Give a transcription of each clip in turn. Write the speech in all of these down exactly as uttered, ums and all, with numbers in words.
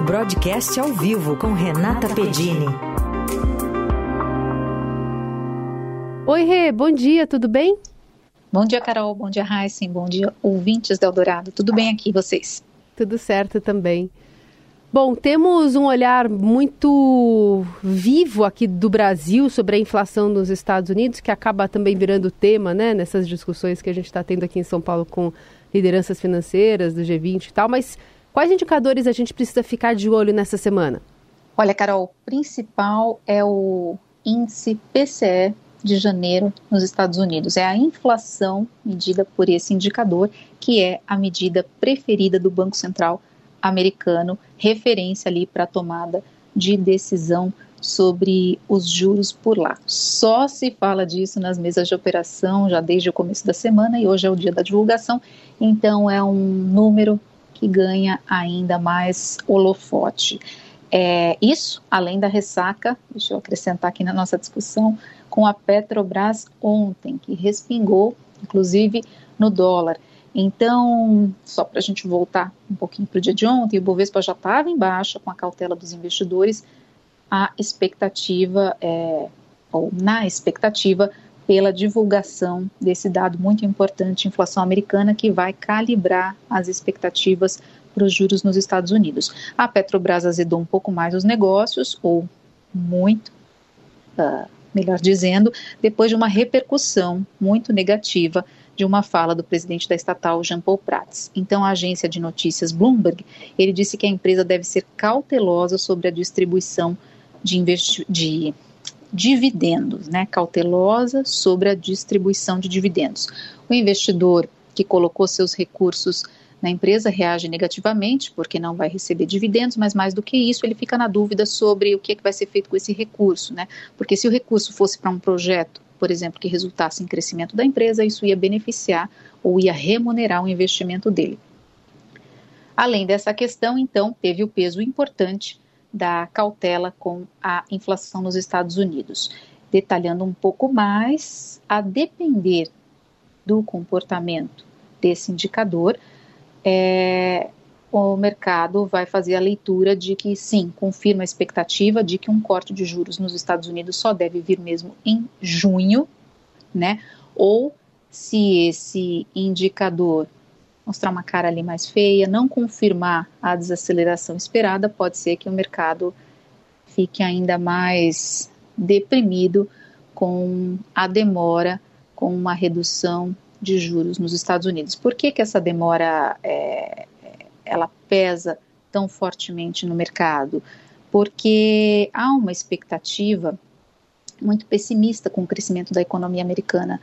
Broadcast ao vivo com Renata Pedini. Oi, Rê, bom dia, tudo bem? Bom dia, Carol, bom dia, Heisen, bom dia, ouvintes da Eldorado. Tudo bem aqui, vocês? Tudo certo também. Bom, temos um olhar muito vivo aqui do Brasil sobre a inflação nos Estados Unidos, que acaba também virando tema, né, nessas discussões que a gente está tendo aqui em São Paulo com lideranças financeiras do G vinte e tal, mas quais indicadores a gente precisa ficar de olho nessa semana? Olha, Carol, o principal é o índice P C E de janeiro nos Estados Unidos. É a inflação medida por esse indicador, que é a medida preferida do Banco Central americano, referência ali para a tomada de decisão sobre os juros por lá. Só se fala disso nas mesas de operação já desde o começo da semana e hoje é o dia da divulgação, então é um número que ganha ainda mais holofote. É, isso, além da ressaca, deixa eu acrescentar aqui na nossa discussão, com a Petrobras ontem, que respingou, inclusive, no dólar. Então, só para a gente voltar um pouquinho para o dia de ontem, o Bovespa já estava em baixa com a cautela dos investidores, a expectativa, é, ou na expectativa, pela divulgação desse dado muito importante, inflação americana, que vai calibrar as expectativas para os juros nos Estados Unidos. A Petrobras azedou um pouco mais os negócios, ou muito, uh, melhor dizendo, depois de uma repercussão muito negativa de uma fala do presidente da estatal, Jean Paul Prats. Então, a agência de notícias Bloomberg, ele disse que a empresa deve ser cautelosa sobre a distribuição de, investi- de dividendos, né? Cautelosa sobre a distribuição de dividendos. O investidor que colocou seus recursos na empresa reage negativamente, porque não vai receber dividendos, mas mais do que isso, ele fica na dúvida sobre o que, é que vai ser feito com esse recurso, né? Porque se o recurso fosse para um projeto, por exemplo, que resultasse em crescimento da empresa, isso ia beneficiar ou ia remunerar o investimento dele. Além dessa questão, então, teve o peso importante da cautela com a inflação nos Estados Unidos. Detalhando um pouco mais, a depender do comportamento desse indicador, É, o mercado vai fazer a leitura de que sim, confirma a expectativa de que um corte de juros nos Estados Unidos só deve vir mesmo em junho, né? Ou se esse indicador mostrar uma cara ali mais feia, não confirmar a desaceleração esperada, pode ser que o mercado fique ainda mais deprimido com a demora, com uma redução de juros nos Estados Unidos. Por que que essa demora é, ela pesa tão fortemente no mercado? Porque há uma expectativa muito pessimista com o crescimento da economia americana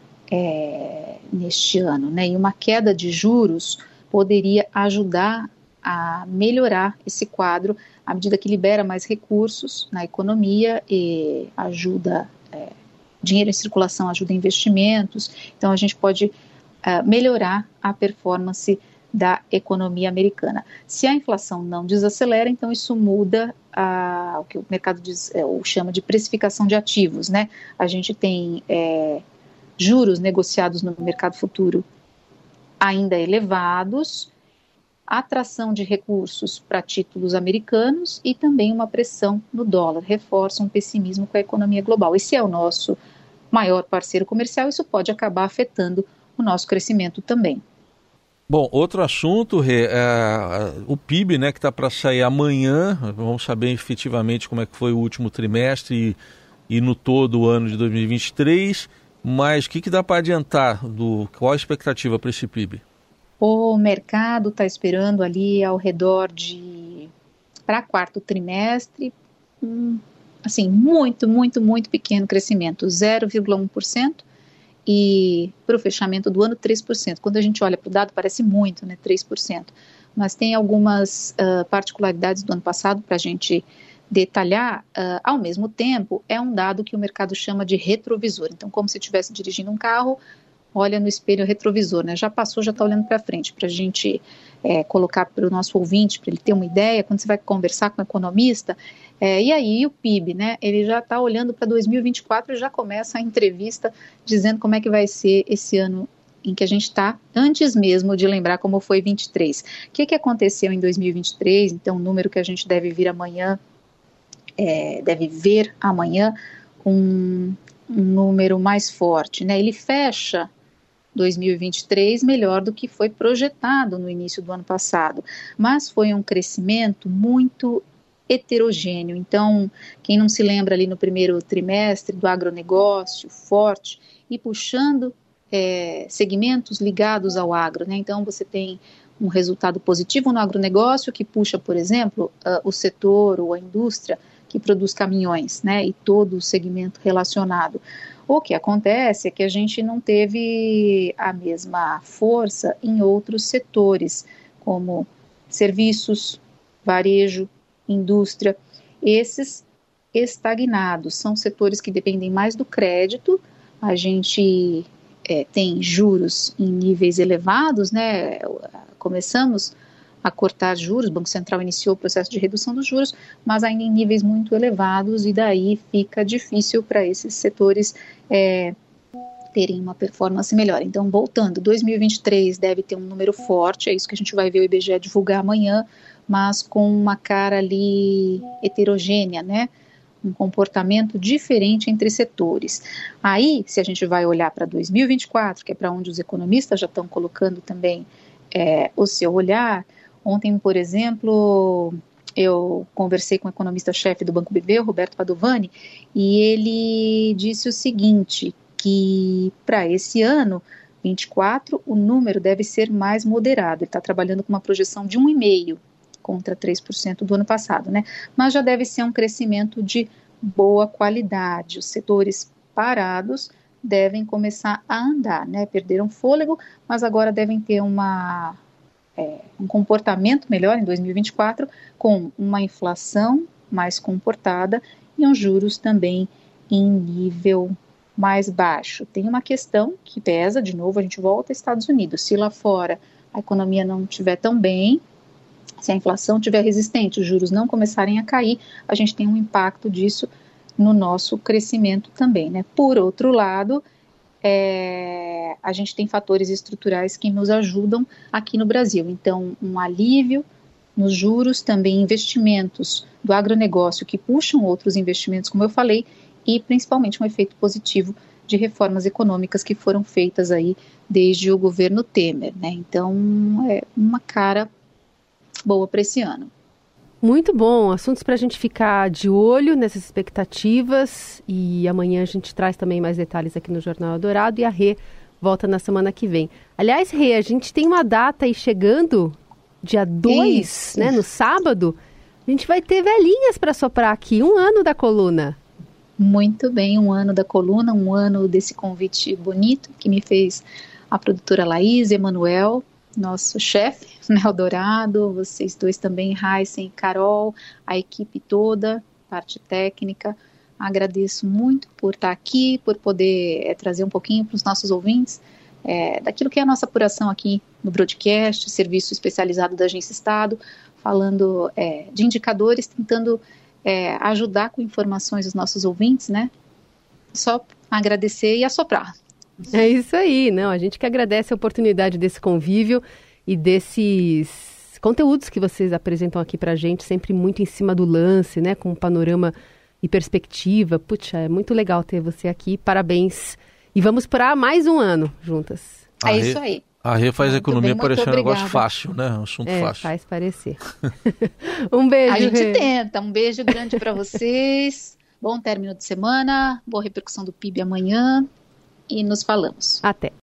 é, neste ano, né? E uma queda de juros poderia ajudar a melhorar esse quadro à medida que libera mais recursos na economia e ajuda é, dinheiro em circulação, ajuda em investimentos, então a gente pode uh, melhorar a performance da economia americana. Se a inflação não desacelera, então isso muda uh, o que o mercado diz, é, ou chama de precificação de ativos, né? A gente tem é, juros negociados no mercado futuro ainda elevados, atração de recursos para títulos americanos e também uma pressão no dólar, reforça um pessimismo com a economia global. Esse é o nosso maior parceiro comercial, isso pode acabar afetando o nosso crescimento também. Bom, outro assunto, Rê, é o P I B, né, que está para sair amanhã, vamos saber efetivamente como é que foi o último trimestre e, e no todo o ano de dois mil e vinte e três, mas o que, que dá para adiantar, do, qual a expectativa para esse P I B? O mercado está esperando ali ao redor de, para quarto trimestre, hum, assim, muito, muito, muito pequeno crescimento, zero vírgula um por cento, e para o fechamento do ano, três por cento. Quando a gente olha para o dado, parece muito, né, três por cento, mas tem algumas uh, particularidades do ano passado para a gente detalhar. Uh, ao mesmo tempo, é um dado que o mercado chama de retrovisor, então como se estivesse dirigindo um carro, olha no espelho retrovisor, né? Já passou, já está olhando para frente, para a gente é, colocar para o nosso ouvinte, para ele ter uma ideia, quando você vai conversar com um economista, é, e aí o P I B, né? Ele já está olhando para dois mil e vinte e quatro e já começa a entrevista dizendo como é que vai ser esse ano em que a gente está antes mesmo de lembrar como foi vinte e três. O que, que aconteceu em dois mil e vinte e três? Então, o número que a gente deve vir amanhã, é, deve ver amanhã, um, um número mais forte, né? Ele fecha dois mil e vinte e três melhor do que foi projetado no início do ano passado, mas foi um crescimento muito heterogêneo. Então, quem não se lembra ali no primeiro trimestre do agronegócio forte e puxando é, segmentos ligados ao agro, né? Então, você tem um resultado positivo no agronegócio que puxa, por exemplo, uh, o setor ou a indústria que produz caminhões, né? E todo o segmento relacionado. O que acontece é que a gente não teve a mesma força em outros setores, como serviços, varejo, indústria. Esses estagnados são setores que dependem mais do crédito. A gente é, tem juros em níveis elevados, né? Começamos a cortar juros, o Banco Central iniciou o processo de redução dos juros, mas ainda em níveis muito elevados, e daí fica difícil para esses setores é, terem uma performance melhor. Então, voltando, dois mil e vinte e três deve ter um número forte, é isso que a gente vai ver o I B G E divulgar amanhã, mas com uma cara ali heterogênea, né? Um comportamento diferente entre setores. Aí, se a gente vai olhar para dois mil e vinte e quatro, que é para onde os economistas já estão colocando também é, o seu olhar. Ontem, por exemplo, eu conversei com o economista-chefe do Banco B B, o Roberto Padovani, e ele disse o seguinte, que para esse ano, vinte e quatro, o número deve ser mais moderado. Ele está trabalhando com uma projeção de um vírgula cinco por cento contra três por cento do ano passado, né? Mas já deve ser um crescimento de boa qualidade. Os setores parados devem começar a andar, né? Perderam fôlego, mas agora devem ter uma... É, um comportamento melhor em dois mil e vinte e quatro, com uma inflação mais comportada e uns juros também em nível mais baixo. Tem uma questão que pesa, de novo, a gente volta aos Estados Unidos. Se lá fora a economia não estiver tão bem, se a inflação estiver resistente, os juros não começarem a cair, a gente tem um impacto disso no nosso crescimento também, né? Por outro lado, É, a gente tem fatores estruturais que nos ajudam aqui no Brasil. Então, um alívio nos juros, também investimentos do agronegócio que puxam outros investimentos, como eu falei, e principalmente um efeito positivo de reformas econômicas que foram feitas aí desde o governo Temer, né? Então, é uma cara boa para esse ano. Muito bom, assuntos para a gente ficar de olho nessas expectativas, e amanhã a gente traz também mais detalhes aqui no Jornal Eldorado, e a Rê volta na semana que vem. Aliás, Rê, a gente tem uma data aí chegando, dia dois, né, no sábado, a gente vai ter velhinhas para soprar aqui, um ano da coluna. Muito bem, um ano da coluna, um ano desse convite bonito que me fez a produtora Laís e Emanuel, nosso chefe, né, Eldorado, vocês dois também, Heisen e Carol, a equipe toda, parte técnica. Agradeço muito por estar aqui, por poder é, trazer um pouquinho para os nossos ouvintes é, daquilo que é a nossa apuração aqui no broadcast, serviço especializado da Agência Estado, falando é, de indicadores, tentando é, ajudar com informações os nossos ouvintes, né? Só agradecer e assoprar. É isso aí, não, a gente que agradece a oportunidade desse convívio e desses conteúdos que vocês apresentam aqui pra gente, sempre muito em cima do lance, né, com um panorama e perspectiva. Puxa, é muito legal ter você aqui, parabéns. E vamos para mais um ano juntas. É isso aí. A Rê faz a economia bem, parecer um obrigada. negócio fácil, né? Um assunto é, fácil. Faz parecer. Um beijo, A gente Rê. tenta. Um beijo grande para vocês. Bom término de semana, boa repercussão do P I B amanhã. E nos falamos. Até.